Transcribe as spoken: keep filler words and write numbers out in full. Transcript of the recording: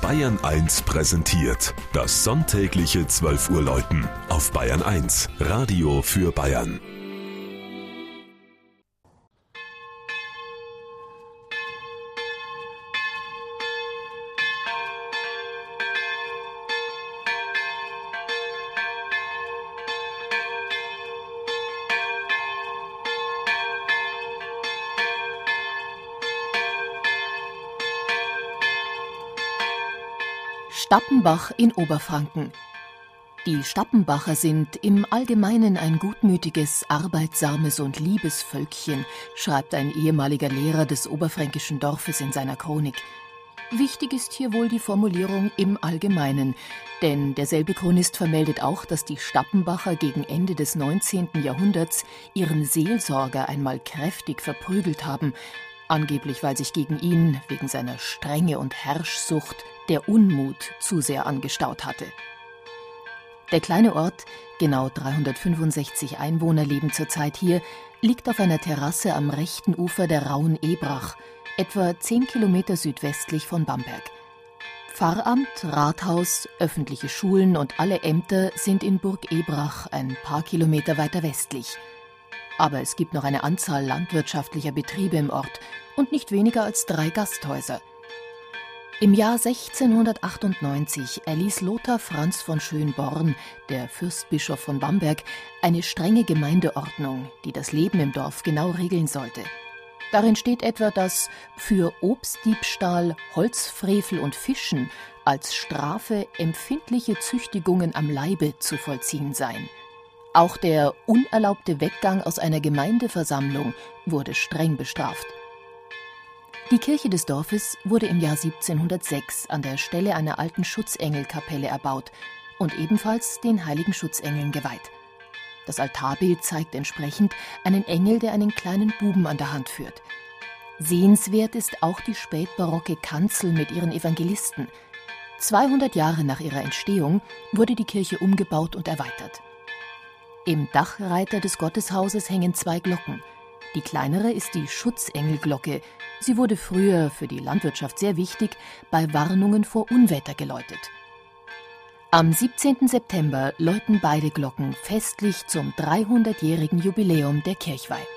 Bayern eins präsentiert das sonntägliche zwölf Uhr Läuten auf Bayern eins, Radio für Bayern. Stappenbach in Oberfranken. Die Stappenbacher sind im Allgemeinen ein gutmütiges, arbeitsames und liebes Völkchen, schreibt ein ehemaliger Lehrer des oberfränkischen Dorfes in seiner Chronik. Wichtig ist hier wohl die Formulierung im Allgemeinen, denn derselbe Chronist vermeldet auch, dass die Stappenbacher gegen Ende des neunzehnten Jahrhunderts ihren Seelsorger einmal kräftig verprügelt haben, angeblich weil sich gegen ihn wegen seiner Strenge und Herrschsucht der Unmut zu sehr angestaut hatte. Der kleine Ort, genau dreihundertfünfundsechzig Einwohner leben zurzeit hier, liegt auf einer Terrasse am rechten Ufer der Rauen Ebrach, etwa zehn Kilometer südwestlich von Bamberg. Pfarramt, Rathaus, öffentliche Schulen und alle Ämter sind in Burg Ebrach, ein paar Kilometer weiter westlich. Aber es gibt noch eine Anzahl landwirtschaftlicher Betriebe im Ort und nicht weniger als drei Gasthäuser. Im Jahr sechzehnhundertachtundneunzig erließ Lothar Franz von Schönborn, der Fürstbischof von Bamberg, eine strenge Gemeindeordnung, die das Leben im Dorf genau regeln sollte. Darin steht etwa, dass für Obstdiebstahl, Holzfrevel und Fischen als Strafe empfindliche Züchtigungen am Leibe zu vollziehen seien. Auch der unerlaubte Weggang aus einer Gemeindeversammlung wurde streng bestraft. Die Kirche des Dorfes wurde im Jahr siebzehnhundertsechs an der Stelle einer alten Schutzengelkapelle erbaut und ebenfalls den heiligen Schutzengeln geweiht. Das Altarbild zeigt entsprechend einen Engel, der einen kleinen Buben an der Hand führt. Sehenswert ist auch die spätbarocke Kanzel mit ihren Evangelisten. zweihundert Jahre nach ihrer Entstehung wurde die Kirche umgebaut und erweitert. Im Dachreiter des Gotteshauses hängen zwei Glocken. Die kleinere ist die Schutzengelglocke. Sie wurde früher für die Landwirtschaft sehr wichtig, bei Warnungen vor Unwetter geläutet. Am siebzehnten September läuten beide Glocken festlich zum dreihundertjährigen Jubiläum der Kirchweih.